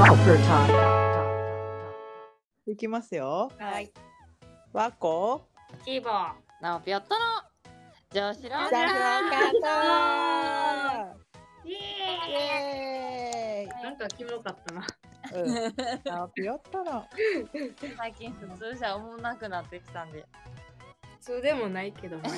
Whisper Talk. いきますよ。 はい。 わこキーボー。 なおぴよっとの女子ロー女子ローカイイエエーイ。なんかキモかったな。 ーイ。なおぴよっとの最近普通じゃ思わなくなってきたんで。 普通でもないけども。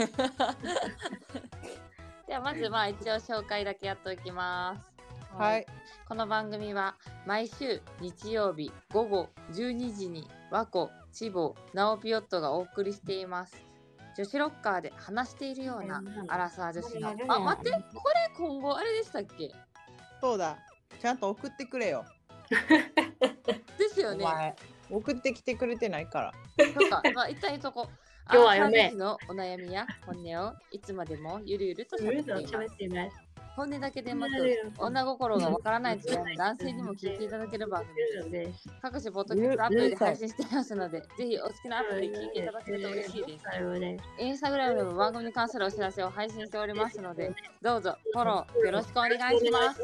ではまず一応紹介だけやっておきます。 はい。 この番組は毎週日曜日午後12時に和子、千穂、なおぴよっとがお送りしています。女子ロッカーで話しているようなアラサー女子の。あ、待って、これ今後あれでしたっけ？ そうだ。ちゃんと送ってくれよ。 ですよね。 お前送ってきてくれてないから。 そうか、一旦言うとこ。 今日は読め。 のお悩みや本音をいつまでもゆるゆると喋っています。本音だけでまく女心がわからないという男性にも聞いていただける番組です。各種ポッドキャストアプリで配信していますので、ぜひお好きなアプリで聞いていただけると嬉しいです。インスタグラムでも番組に関するお知らせを配信しておりますので、どうぞフォローよろしくお願いします。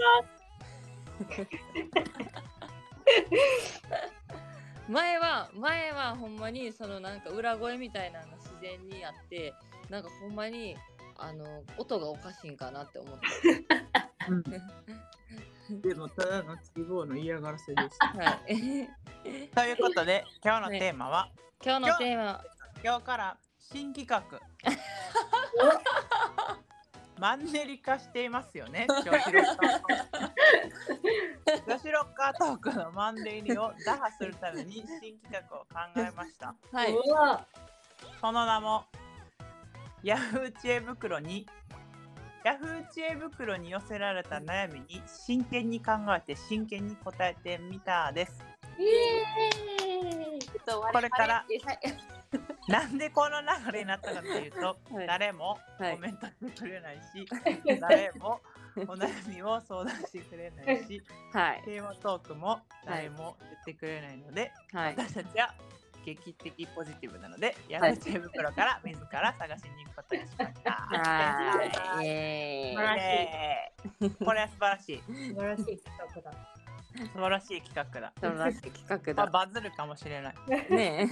前はほんまにそのなんか裏声みたいなのが自然にあって、なんかほんまに音がおかしいんかなって思ってでもただの希望の嫌がらせです。 はい。 ということで今日のテーマは、 今日から新企画マンネリ化していますよね。女子ロッカートークのマンネリを打破するために新企画を考えました。 はい。 その名もヤフー知恵袋に寄せられた悩みに真剣に考えて真剣に答えてみたです。 イエーイ。 これからなんでこの流れになったかというと、 はい、 誰もコメントしてくれないし、誰もお悩みを相談してくれないし、 はい、 テーマトークも誰も言ってくれないので、 はい、 私たちは劇的ポジティブなので、ヤフー知恵袋から自ら探しに行くことにしました。 はい、 これは素晴らしい。 素晴らしい企画だ。 素晴らしい企画だ。 素晴らしい企画だ。 バズるかもしれない。 ね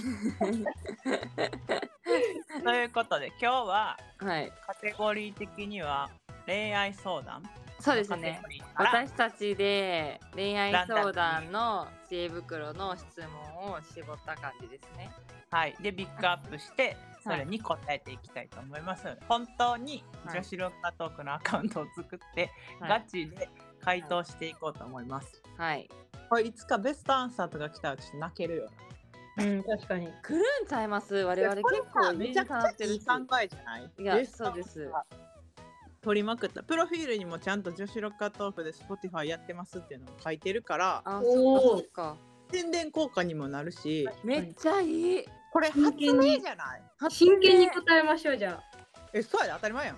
え。ということで今日は、 はい、 カテゴリー的には恋愛相談。 そうですね。私たちで恋愛相談の知恵袋の質問を絞った感じですね。 はい。でピックアップしてそれに答えていきたいと思います。本当に女子ロッカートークのアカウントを作って、ガチで回答していこうと思います。 はい。 これいつかベストアンサーとか来たらちょっと泣けるよな。うん、確かに。 来るんちゃいます。我々結構めちゃくちゃいい考えじゃない？ いや、そうです。 取りまくった。プロフィールにもちゃんと女子ロッカートークで Spotify やってますっていうのを書いてるから、 そうか。 宣伝効果にもなるし、 めっちゃいい。 これ発明じゃない？ 真剣に答えましょう。じゃあ。 そうやで、当たり前やん。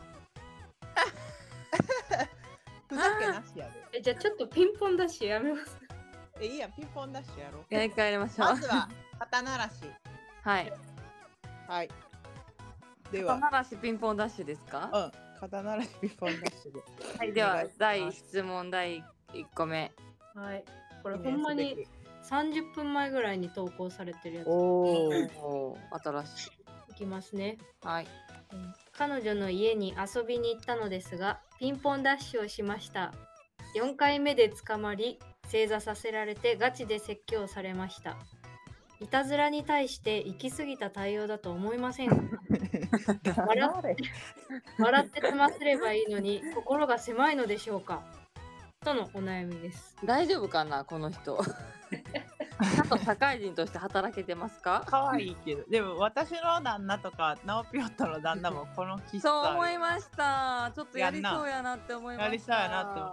ふざけなしやで。 じゃあちょっとピンポンダッシュやめます。 いいや、ピンポンダッシュやろう。 やり替えましょう。 まずは肩慣らし。 はいはい。では肩慣らしピンポンダッシュですか？ うん、肩慣らしピンポンダッシュで。 はい、では質問第1個目。 はい。これほんまに30分前ぐらいに投稿されてるやつ。 お、新しい。 いきますね。 はい。 彼女の家に遊びに行ったのですが、ピンポンダッシュをしました。4回目で捕まり、正座させられてガチで説教されました。いたずらに対して行き過ぎた対応だと思いませんか？笑って済ませればいいのに心が狭いのでしょうか？とのお悩みです。 大丈夫かな、この人。ちゃんと社会人として働けてますか？ 可愛いけど、でも私の旦那とかナオピヨットの旦那もこの気質そう思いました。ちょっとやりそうやなって思いました。 やりそうやなって思った。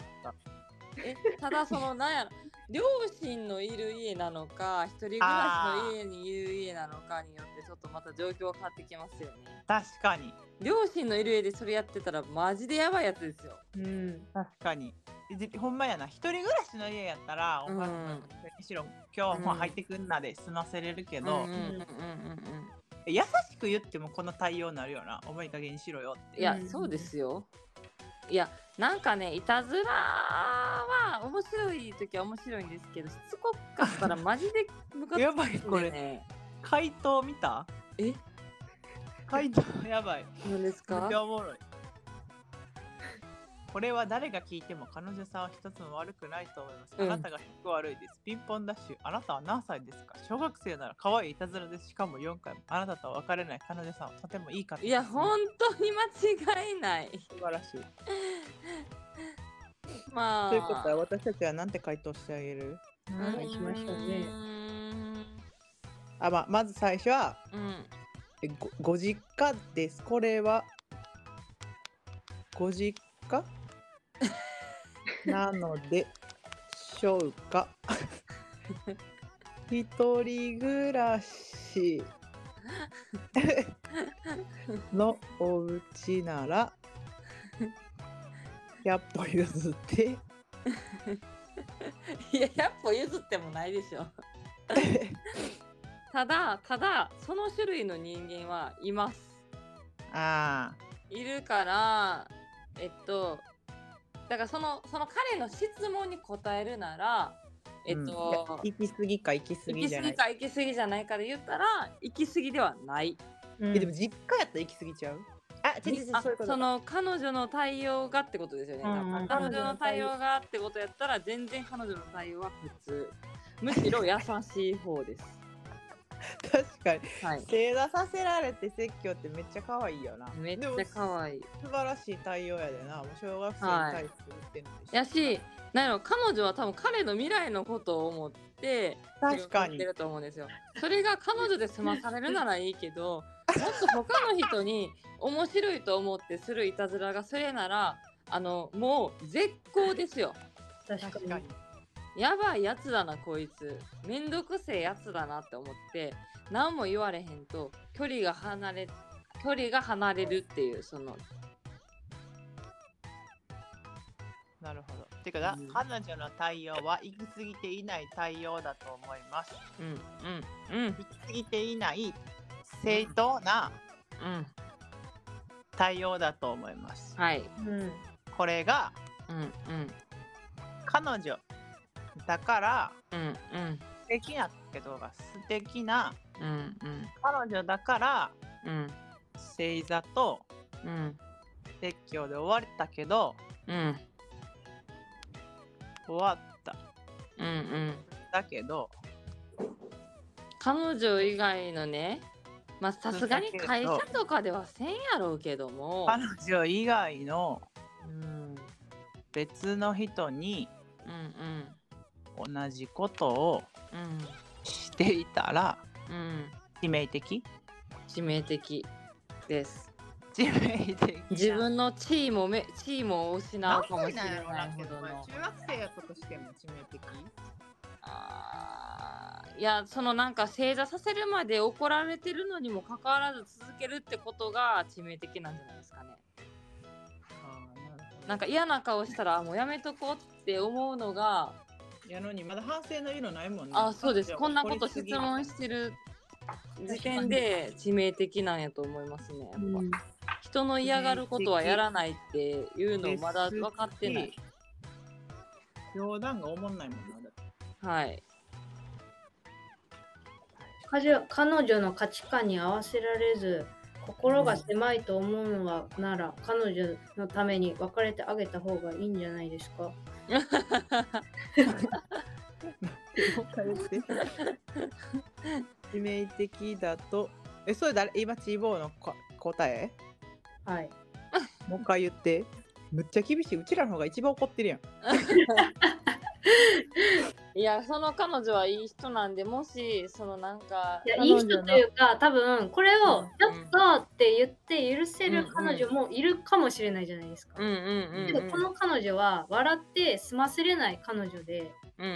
ただそのなんやろ、両親のいる家なのか一人暮らしの家にいる家なのかによってちょっとまた状況変わってきますよね。 確かに。 両親のいる家でそれやってたらマジでやばいやつですよ。 確かに。ほんまやな、一人暮らしの家やったらお母さんにしろ今日も入ってくんなで済ませれるけど、優しく言ってもこの対応になるよな。お前いい加減にしろよって。 いや、そうですよ。いや、なんかね、いたずらはう面白い時は面白いんですけど、しつこかったらマジでムカつくんでね。 やばいこれ回答見た？ え？ 回答やばい。 何ですめっか？ ちゃおもろい。これは誰が聞いても彼女さんは一つも悪くないと思います。あなたが100悪いです。ピンポンダッシュ。あなたは何歳ですか？小学生なら可愛いいたずらです。しかも4回も。あなたとは別れない彼女さんはとてもいい方です。 いや、本当に間違いない。 素晴らしい。 まあ。 ということは私たちは何て回答してあげる？ 何しましょうね。 まず最初は、ご実家です。これはご実家なのでしょうか？一人暮らしのお家なら100歩譲っていや、100歩譲ってもないでしょ。ただその種類の人間はいます。いるから、だからその彼の質問に答えるなら、 行き過ぎか行き過ぎじゃない。 行き過ぎじゃないから言ったら行き過ぎではない。 でも実家やったら行き過ぎちゃう？ その彼女の対応がってことですよね。彼女の対応がってことやったら全然彼女の対応は普通。むしろ優しい方です。 確かに、正座させられて説教ってめっちゃ可愛いよな。 めっちゃ可愛い。 素晴らしい対応やでな。もう小学生に対して言ってんのでしょ。 やし、彼女は多分彼の未来のことを思って確かに言ってると思うんですよ。それが彼女で済まされるならいいけど、もっと他の人に面白いと思ってするいたずらがそれならもう絶好ですよ。 確かに。 やばいやつだなこいつ、めんどくせえやつだなって思って何も言われへんと距離が離れるっていうその。 なるほど。てか彼女の対応は行き過ぎていない対応だと思います。行き過ぎていない正当な対応だと思います。 はい。 これが彼女だから素敵なけどが素敵な彼女だから正座と説教で終わったけど終わっただけど彼女以外のね、まあさすがに会社とかではせんやろうけども、 彼女以外の別の人に同じことをしていたら致命的です。 致命的。自分の地位も失うかもしれないほどの。 中学生やったとしても致命的？ いや、そのなんか正座させるまで怒られてるのにもかかわらず続けるってことが致命的なんじゃないですかね。なんか嫌な顔したらもうやめとこうって思うのが。 やのにまだ反省の色ないもんね。 そうです。こんなこと質問してる時点で致命的なんやと思いますね。人の嫌がることはやらないっていうのをまだ分かってない。 冗談がおもんないもんな。 はい。 彼女の価値観に合わせられず心が狭いと思うのはなら、彼女のために別れてあげた方がいいんじゃないですか？ 致命的だとそれ今チーボーの答え？ はい。 もう一回言って。むっちゃ厳しい。うちらの方が一番怒ってるやん。 いや、その彼女はいい人なんで、もしそのなんかいい人というか、多分これをちょっとって言って許せる彼女もいるかもしれないじゃないですか。でもこの彼女は笑って済ませれない彼女で、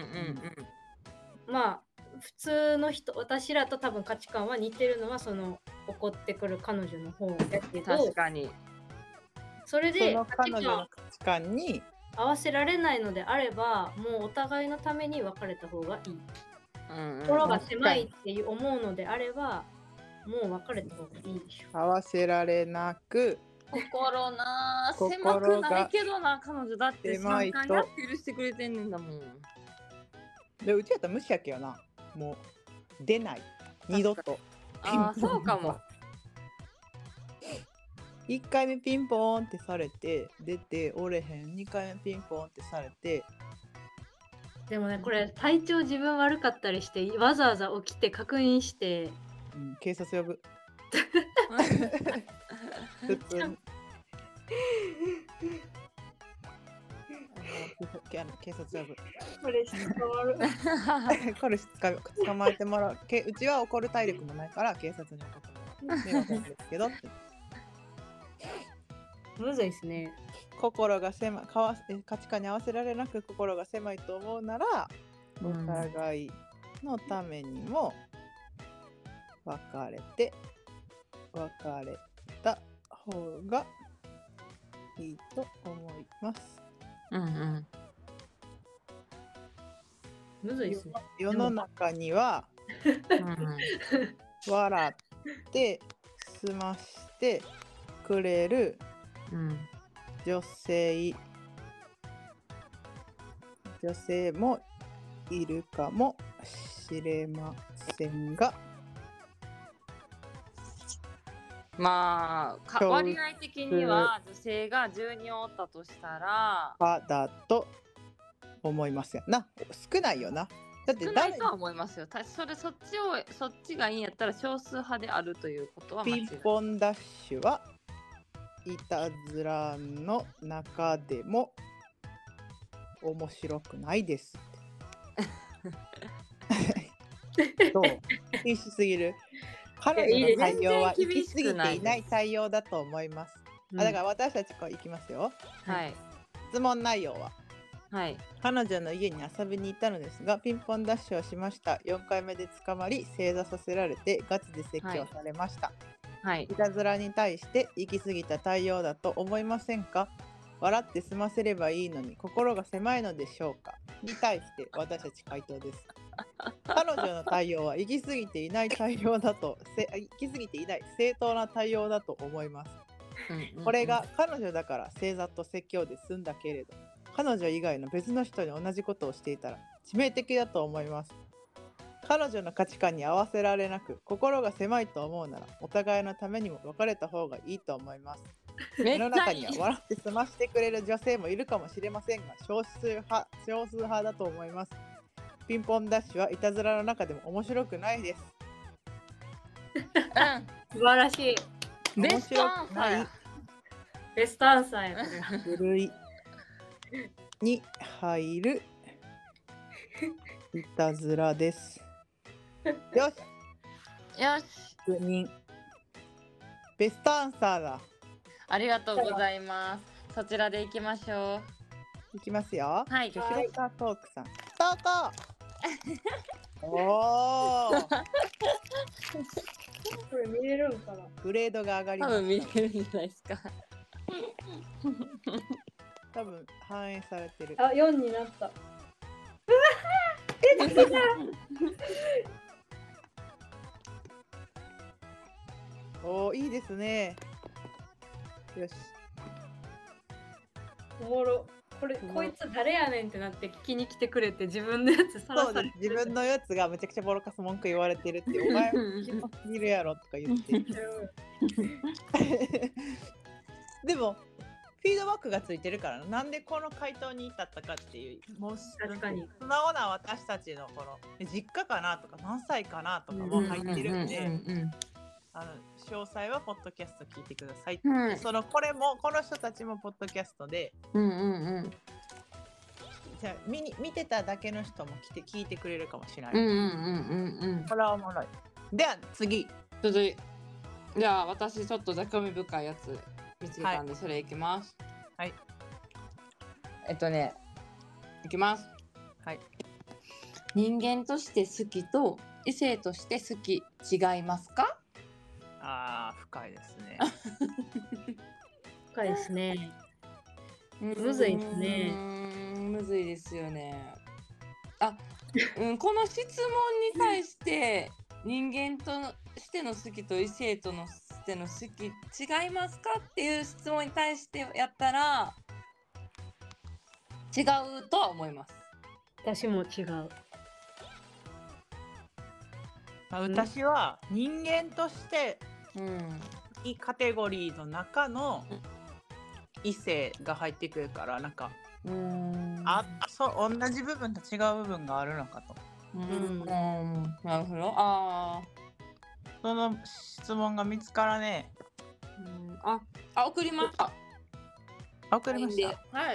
まあ普通の人、私らと多分価値観は似てるのはその怒ってくる彼女の方だけど、 確かにそれで彼女の価値観に合わせられないのであれば、もうお互いのために別れた方がいい。心が狭いって思うのであれば、もう別れた方がいいでしょ。 合わせられなく心な心狭くないがけどな、彼女だって狭いと 3回やって許してくれてんねんだもん。 でうちやったら無視やけよな。もう出ない。二度と。 ああ、そうかも。 1回目ピンポーンってされて出て折れへん。2回目ピンポーンってされて。 でもね、これ体調自分悪かったりしてわざわざ起きて確認して、 警察呼ぶ。普通に警察呼ぶ。 これ質変わる。 これ捕まえてもらう。うちは怒る体力もないから警察に怒ってもらう。迷惑なんですけどって。 むずいですね。 心が狭い、価値観に合わせられなく心が狭いと思うなら、お互いのためにも別れた方がいいと思います。 むずいですね。 世の中には笑って済ましてくれる女性もいるかもしれませんが、 まあ割合的には女性が10人おったとしたらだと思いますよな。少ないよな。だって少ないとは思いますよ。そっちがいいんやったら少数派であるということは間違いない。 ピンポンダッシュはいたずらの中でも面白くないですどう厳しすぎる。彼女の対応は行き過ぎていない対応だと思います。だから私たちこう行きますよ。 はい。 質問内容は、 はい、 彼女の家に遊びに行ったのですがピンポンダッシュをしました。4回目で捕まり正座させられてガチで説教されました。いたずらに対して行き過ぎた対応だと思いませんか？笑って済ませればいいのに心が狭いのでしょうか？に対して私たち回答です。彼女の対応は行き過ぎていない対応だと行き過ぎていない正当な対応だと思います。これが彼女だから正座と説教で済んだけれど、彼女以外の別の人に同じことをしていたら致命的だと思います。彼女の価値観に合わせられなく心が狭いと思うならお互いのためにも別れた方がいいと思います。世の中には笑って済ましてくれる女性もいるかもしれませんが少数派だと思います。ピンポンダッシュはいたずらの中でも面白くないです。 素晴らしい。 面白くない。 ベストアンサーや。 部類に入るいたずらです。よし。 よし。 確認。ベストアンサーだ。 ありがとうございます。そちらで行きましょう。いきますよ。 はい。 後ろからトークさん。トーク。おお。 これ見れるんかな。 グレードが上がります。 多分見れるんじゃないですか。 多分反映されてる。 あ、4になった。出てきた。 おお、いいですね。よし。 おもろ。こいつ誰やねんってなって聞きに来てくれて自分のやつさらされて自分のやつがめちゃくちゃボロカス文句言われてるってお前キモすぎるやろとか言ってでもフィードバックがついてるからなんでこの回答に至ったかっていうもう確かに素直な私たちのこの実家かなとか何歳かなとかも入ってるんで詳細はポッドキャスト聞いてください、この人たちもポッドキャストで、じゃあ見てただけの人も聞いてくれるかもしれない、これはおもろい。では次じゃあ私ちょっと興味深いやつ見つけたんで、それいきます。 はい。 いきます。 はい。 人間として好きと異性として好き違いますか？ 深いですね。 深いですね。むずいですね。 むずいですよね。この質問に対して人間としての好きと異性とのししての好き違いますかっていう質問に対してやったら違うとは思います。 私も違う。 私は人間としていいカテゴリーの中の異性が入ってくるから、なんか同じ部分と違う部分があるのかと。 なるほど。ああ。 その質問が見つからねえ。送りました。 送りました。 はい。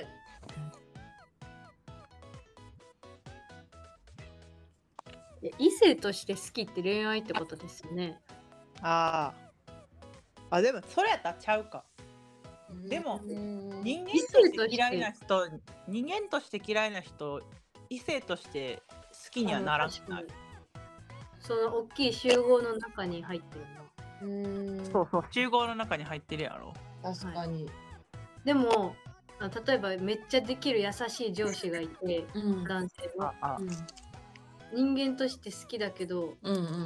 異性として好きって恋愛ってことですよね。 でもそれやったらちゃうか。でも人間として嫌いな人、人間として嫌いな人、異性として好きにはならない。 その大きい集合の中に入ってるの。そうそう、集合の中に入ってるやろ。 確かに。 でも例えばめっちゃできる優しい上司がいて、男性は人間として好きだけど、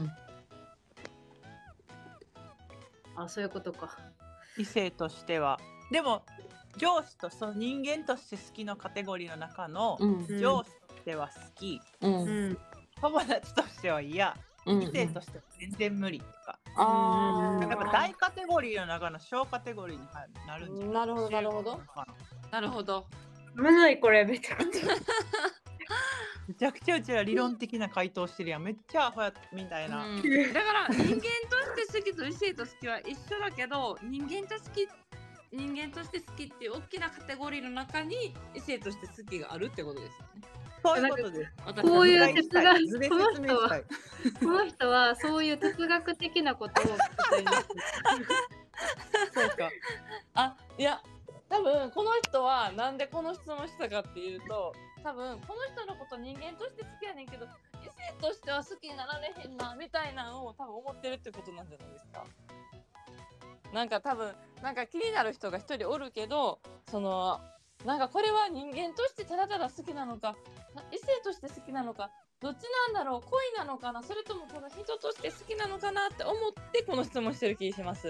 そういうことか。 異性としては。でも上司とその人間として好きのカテゴリーの中の上司としては好き、友達としては嫌、異性としては全然無理とか。やっぱ大カテゴリーの中の小カテゴリーになるんじゃない？ なるほどなるほど。なるほど。 むずいこれめちゃくちゃ。 めちゃくちゃうちら理論的な回答してるやん。めっちゃアホやみたいな。 だから人間として好きと異性と好きは一緒だけど、人間として好きっていう大きなカテゴリーの中に異性として好きがあるってことですよね。 そういうことです。 こういう哲学、この人はそういう哲学的なことを聞いてます。 そうか。 いや、多分この人はなんでこの質問したかっていうと、多分この人のこと人間として好きやねんけど異性としては好きになられへんなみたいなのを多分思ってるってことなんじゃないですか。なんか多分なんか気になる人が一人おるけど、なんかこれは人間としてただただ好きなのか異性として好きなのかどっちなんだろう、恋なのかな、それともこの人として好きなのかなって思ってこの質問してる気します。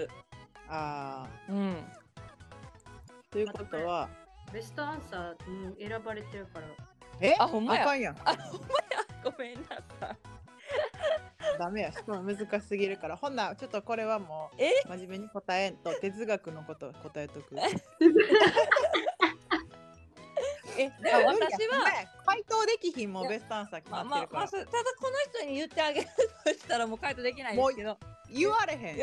ということはベストアンサー選ばれてるから。 ほんまや。 あかんやん。 ほんまや。ごめんなさい。 ダメや、質問難しすぎるから。ほんなちょっとこれはもう真面目に答えんと哲学のこと答えとく。 私は回答できひんもベストアンサー決まってるから。 ただこの人に言ってあげるとしたらもう回答できないですけど。 言われへん。 いや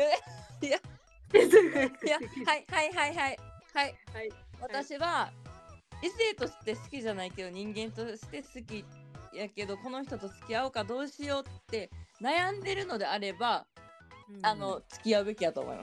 はい。私は異性として好きじゃないけど人間として好きやけどこの人と付き合おうかどうしようって悩んでるのであれば、付き合うべきやと思います。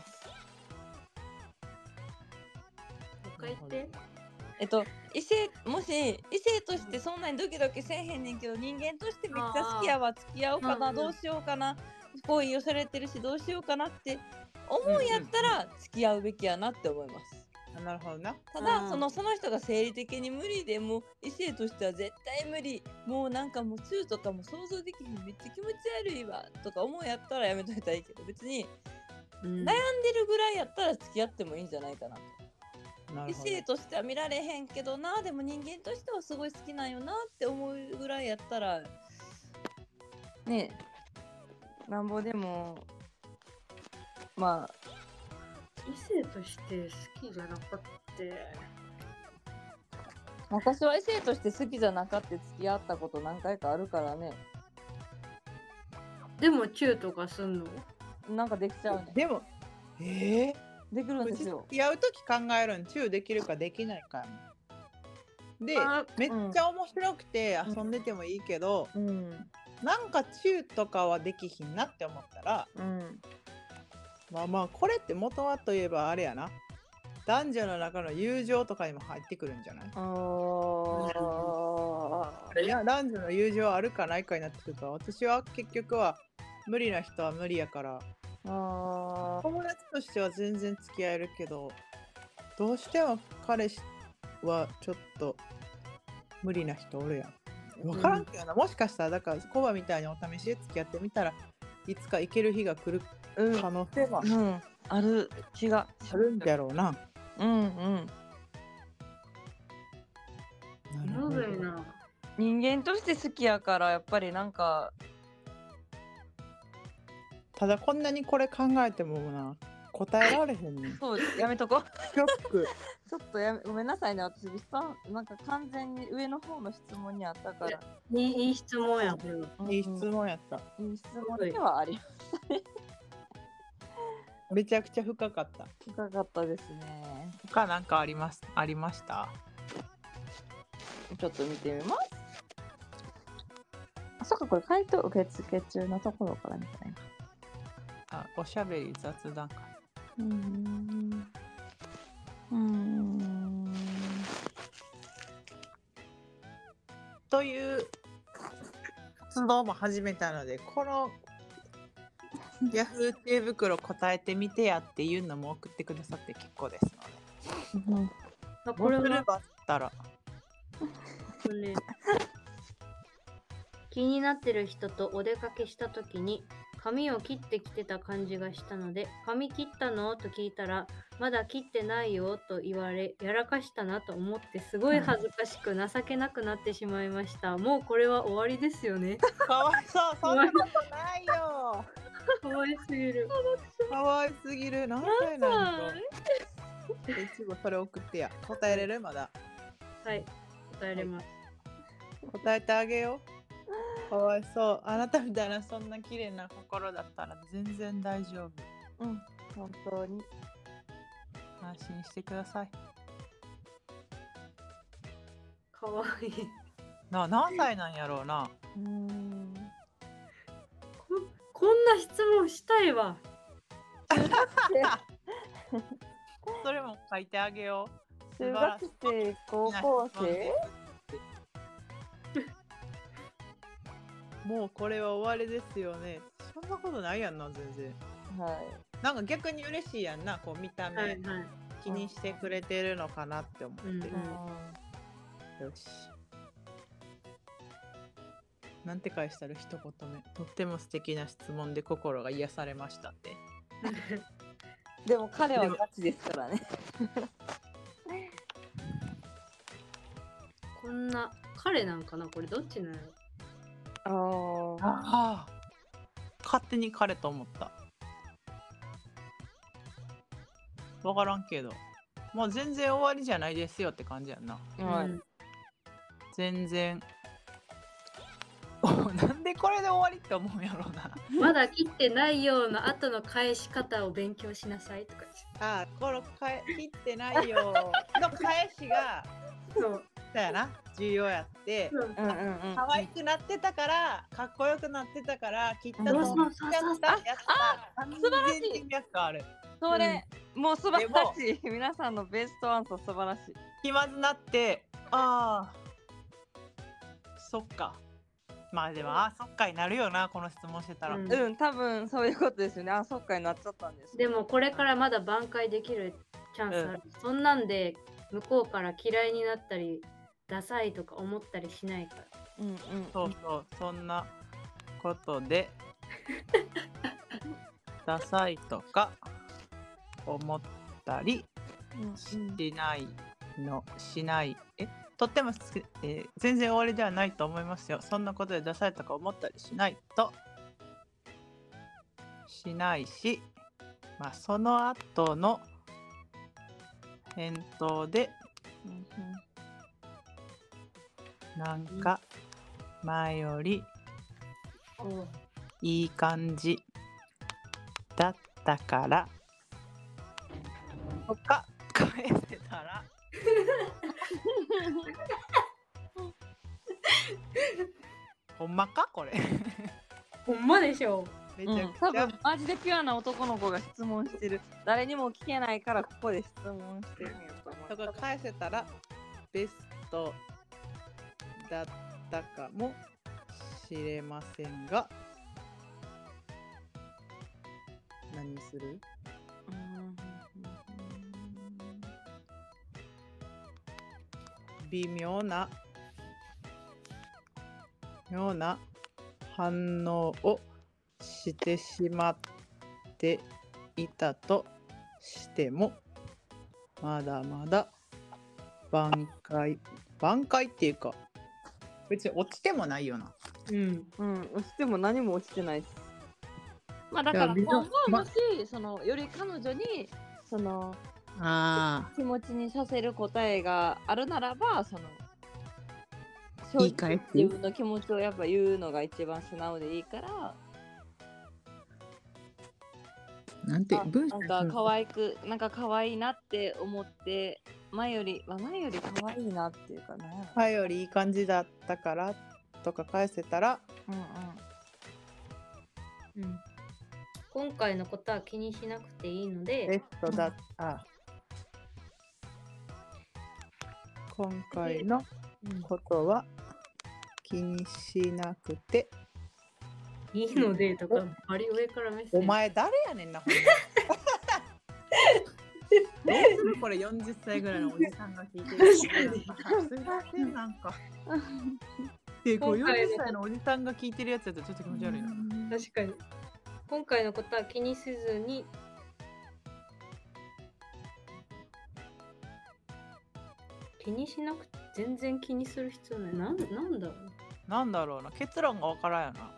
もし異性としてそんなにドキドキせえへんねんけど人間としてめっちゃ好きやわ、付き合おうかな、どうしようかな、恋をされてるしどうしようかなって思うんやったら付き合うべきやなって思います。 なるほどな。 ただその人が生理的に無理でも異性としては絶対無理、もうなんかもうチューとかも想像できひん、めっちゃ気持ち悪いわとか思うやったらやめといたらいいけど、別に悩んでるぐらいやったら付き合ってもいいんじゃないかなと。異性としては見られへんけどな、でも人間としてはすごい好きなんよなって思うぐらいやったらね、なんぼでも異性として好きじゃなかった。 私は異性として好きじゃなかった付き合ったこと何回かあるからね。 でもチューとかすんの？ なんかできちゃうね。 でもできるんですよ。 付き合うとき考えるん、チューできるかできないかで、めっちゃ面白くて遊んでてもいいけど、なんかチューとかはできひんなって思ったら、これって元はといえばあれやな、男女の中の友情とかにも入ってくるんじゃない？いや、男女の友情あるかないかになってくるから、私は結局は無理な人は無理やから、友達としては全然付き合えるけど、どうしても彼氏はちょっと無理な人おるやん。分からんけどな、もしかしたらだからコバみたいにお試しで付き合ってみたらいつか行ける日が来る可能性は、 ある気があるんだろうな。 うんうん。 すごいな。 人間として好きやからやっぱりなんかただこんなにこれ考えてもな答えられへんねん。 そうやめとこう。 ショック。 ちょっとごめんなさいね、私なんか完全に上の方の質問にあったから。 いい質問やこれは。 いい質問やった。 いい質問ではありますね。 めちゃくちゃ深かった。 深かったですね。 他なんかありました？ ちょっと見てみます。あ、そっか、これ回答受付中のところからみたいな。 あ、おしゃべり雑談会。という活動も始めたので、このヤフー知恵袋答えてみてやっていうのも送ってくださって結構ですので。 これはばったら気になってる人とお出かけした時に髪を切ってきてた感じがしたので、髪切ったのと聞いたら、まだ切ってないよと言われ、やらかしたなと思ってすごい恥ずかしく情けなくなってしまいました。もうこれは終わりですよね。 かわいそう、そんなことないよ。 かわいすぎる。 かわいすぎる。何歳なんだろう。いちごそれ送ってや。答えれる？まだ。 はい、答えれます。 答えてあげよう。かわいそう。あなたみたいなそんな綺麗な心だったら全然大丈夫。 うん、本当に。 安心してください。 かわいい。 何歳なんやろうな。 こんな質問したいわ。 それも書いてあげよう。 中学生、高校生？ もうこれは終わりですよね。そんなことないやんな、全然。 はい。 なんか逆に嬉しいやんな、こう見た目、 はいはい、 気にしてくれてるのかなって思ってる。よし。なんて返したら一言目。とっても素敵な質問で心が癒されましたって。 でも彼はガチですからね。 こんな彼なんかな、これどっちなの？ ああ、勝手に彼と思った。わからんけど、もう全然終わりじゃないですよって感じやんな。 はい。 全然。なんでこれで終わりって思うんやろうな。 まだ切ってないような後の返し方を勉強しなさいとか。 ああ、この切ってないよの返しがそうやな、重要やって、可愛くなってたからかっこよくなってたから切ったと思っちゃったやつが素晴らしいやつがある。 それ、もう素晴らしい。皆さんのベストアンサー素晴らしい。 気まずなって、ああそっか、まあでもそっかになるよな、この質問してたら。 多分そういうことですよね。そっかになっちゃったんです。 でもこれからまだ挽回できるチャンスある。そんなんで向こうから嫌いになったりダサいとか思ったりしないから。 そうそう、そんなことでダサいとか思ったりしないとっても全然終わりではないと思いますよ。そんなことでダサいとか思ったりしないし、まあその後の返答でなんか前よりいい感じだったからとか返せたらほんまかこれ。 ほんまでしょ。 めちゃくちゃ、 多分マジでピュアな男の子が質問してる。誰にも聞けないからここで質問してるんやと思う。 とか返せたらベストだったかもしれませんが、何する？微妙な反応をしてしまっていたとしてもまだまだ挽回っていうか別に落ちてもないよな。 落ちても何も落ちてないです。まあだから今後もしそのより彼女にその気持ちにさせる答えがあるならばその正直自分の気持ちをやっぱ言うのが一番素直でいいから。 なんてなんか可愛くなんか可愛いなって思って前より可愛いなっていうかね。 前よりいい感じだったからとか返せたら、 今回のことは気にしなくていいので、 ベストだ今回のことは気にしなくていいのでとかバリ上からメッセージ。 お前誰やねんなほんま。これ40歳ぐらいのおじさんが聞いてる。すいませんなんか。でこれ40歳のおじさんが聞いてるやつだとちょっと気持ち悪いな。 確かに。今回のことは気にせずに気にしなくて全然気にする必要ない。なんだろう。 なんだろうな結論がわからんよな。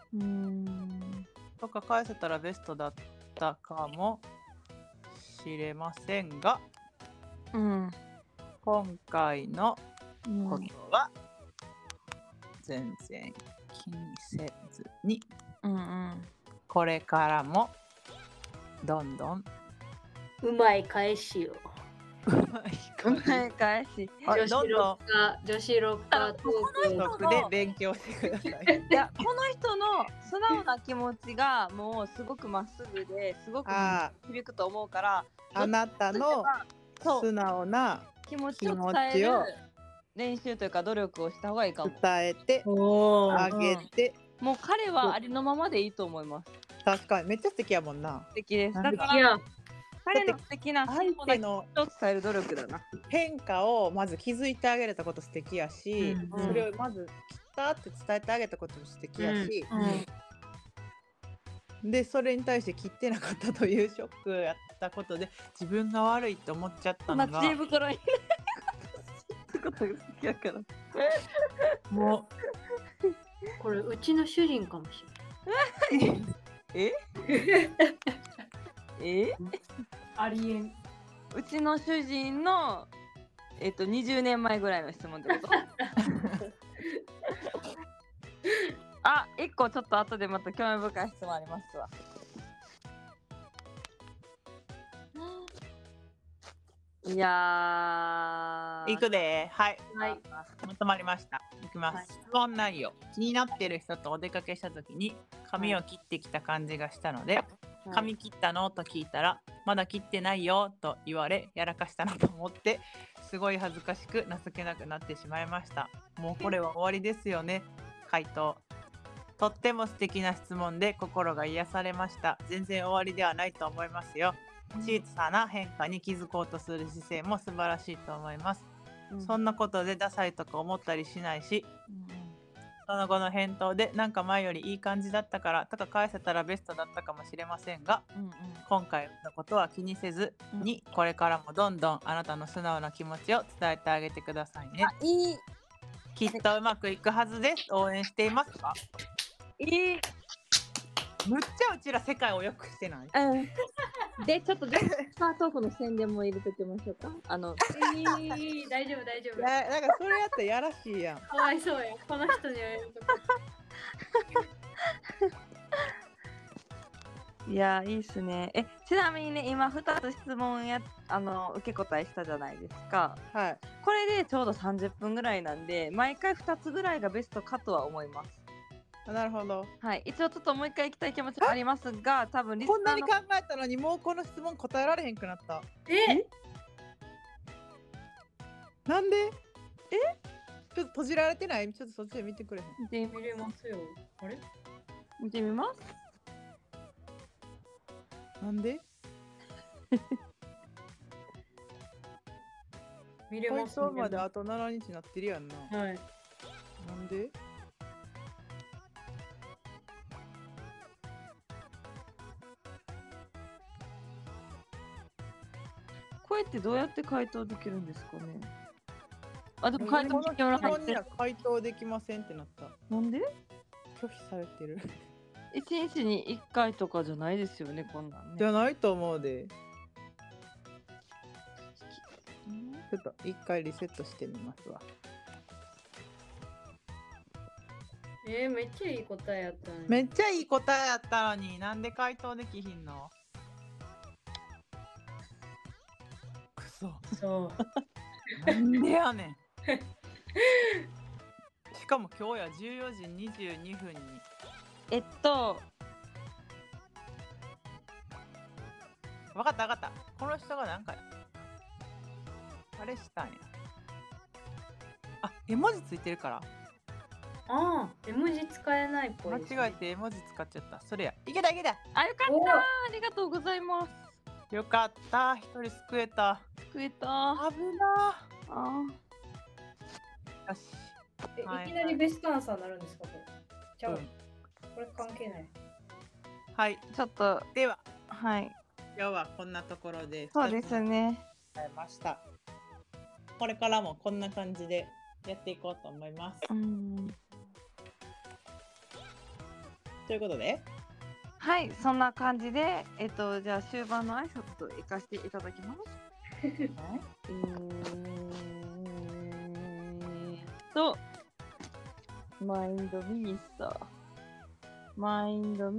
とか返せたらベストだったかもしれませんが、今回のことは全然気にせずに、これからもどんどんうまい返しを。 うまい返し。 女子ロッカートークで勉強してください。 いやこの人の素直な気持ちがもうすごくまっすぐですごく響くと思うから、 あなたの素直な気持ちを伝える練習というか努力をした方がいいかも。 伝えてあげて、 もう彼はありのままでいいと思います。 確かにめっちゃ素敵やもんな。 素敵です。だから彼の素敵な相手の伝える努力だな。 変化をまず気づいてあげれたこと素敵やし、それをまず切ったって伝えてあげたことも素敵やし、でそれに対して切ってなかったというショックやったことで自分が悪いって思っちゃったのが、 知恵袋にってことが好きやからもうこれうちの主人かもしれない。ありえん。 うちの主人の20年前ぐらいの質問ってことあ、1個ちょっと後でまた興味深い質問ありますわ。いやいくで、はい、 まとまりました。いきます。質問内容。気になっている人とお出かけしたときに髪を切ってきた感じがしたので、髪切ったのと聞いたらまだ切ってないよと言われやらかしたなと思ってすごい恥ずかしく情けなくなってしまいました。もうこれは終わりですよね。回答。とっても素敵な質問で心が癒されました。全然終わりではないと思いますよ。小さな変化に気づこうとする姿勢も素晴らしいと思います。そんなことでダサいとか思ったりしないし、その後の返答でなんか前よりいい感じだったからとか返せたらベストだったかもしれませんが、今回のことは気にせずに、これからもどんどんあなたの素直な気持ちを伝えてあげてくださいね。きっとうまくいくはずです。応援していますか？むっちゃうちら世界をよくしてない？ で、ちょっとスタートークの宣伝も入れときましょうか。 大丈夫。 なんかそれやったらやらしいやん。 かわいそうや。この人にはやるとこ。 いやいいっすね。ちなみにね、今2つ質問受け答えしたじゃないですか。 はい。 これでちょうど30分ぐらいなんで、毎回2つぐらいがベストかとは思います。 なるほど。 はい、一応ちょっともう一回行きたい気持ちもありますが、多分リスナーのこんなに考えたのにもうこの質問答えられへんくなった。なんで？ちょっと閉じられてない？ちょっとそっちで見てくれへん？ 見れますよ。あれ？ 見てみます。 なんで？ 見れます。 回答まであと7日になってるやんな。 はい。 なんで？ こうやってどうやって回答できるんですかね。あ、でも回答できる。 この質問には回答できませんってなった。 なんで？ 拒否されてる。 1日に1回とかじゃないですよね、こんなんね。 じゃないと思うで。ちょっと一回リセットしてみますわ。 めっちゃいい答えやったのに。 めっちゃいい答えやったのに、なんで回答できひんの？くそ。 そう。 なんでやねん。しかも今日や14時22分に。わかったわかった。この人がなんかあれしたんや。あ、絵文字ついてるから。 ああ、絵文字使えないっぽいですね。 間違えて絵文字使っちゃった。それや。いけたいけた。 あ、よかった。ありがとうございます。 よかった。一人救えた。 救えた。 危なー。 よし。 いきなりベストアンサーになるんですか、これ。じゃあ、これ関係ない。 はい。 ちょっと。 では。 はい。 今日はこんなところで。 そうですね。 ました。これからもこんな感じでやっていこうと思います。ということで、 はい、そんな感じで、じゃあ終盤の挨拶と行かせていただきます。マインドミニスター。マイスタ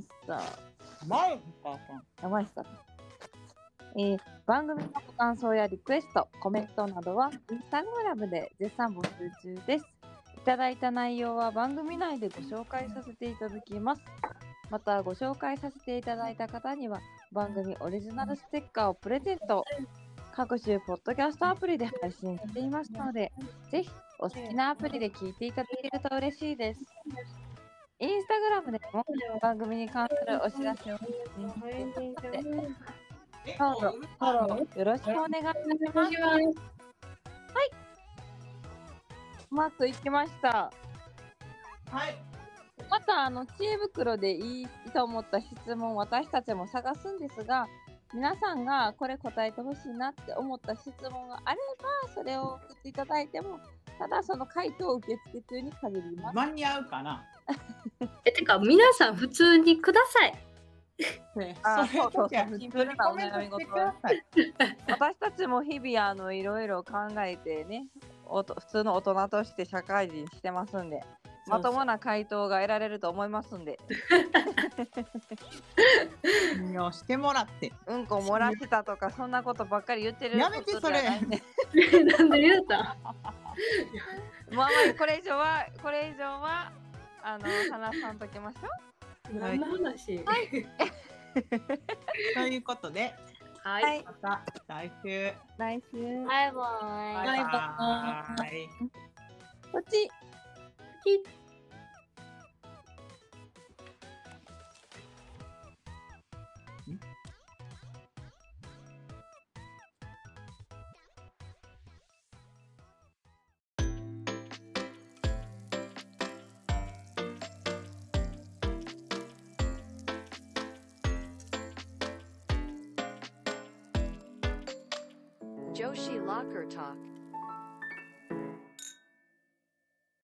ー。番組のご感想やリクエスト、コメントなどはインスタグラムで絶賛募集中です。いただいた内容は番組内でご紹介させていただきます。またご紹介させていただいた方には番組オリジナルステッカーをプレゼント。各種ポッドキャストアプリで配信していますので、ぜひお好きなアプリで聞いていただけると嬉しいです。インスタグラムでも番組に関するお知らせを発信していますので、どうぞフォローよろしくお願いします。はい。うまくいきました。 はい。 また知恵袋でいいと思った質問を私たちも探すんですが、皆さんがこれ答えてほしいなって思った質問があればそれを送っていただいても、ただその回答を受付中に限ります。 間に合うかな。 てか皆さん普通にください。 そう普通なお悩み事。私たちも日々いろいろ考えてね、普通の大人として社会人してますんで、まともな回答が得られると思いますんで。 信用してもらって。 うんこ漏らしたとかそんなことばっかり言ってる。 やめてそれ。 なんで言うた。 まあこれ以上は話さんときましょう。何の話？ はい。ということで、 はい。 また来週。 バイバイ。 バイバイ。 こっち。 Joshi Locker Talk.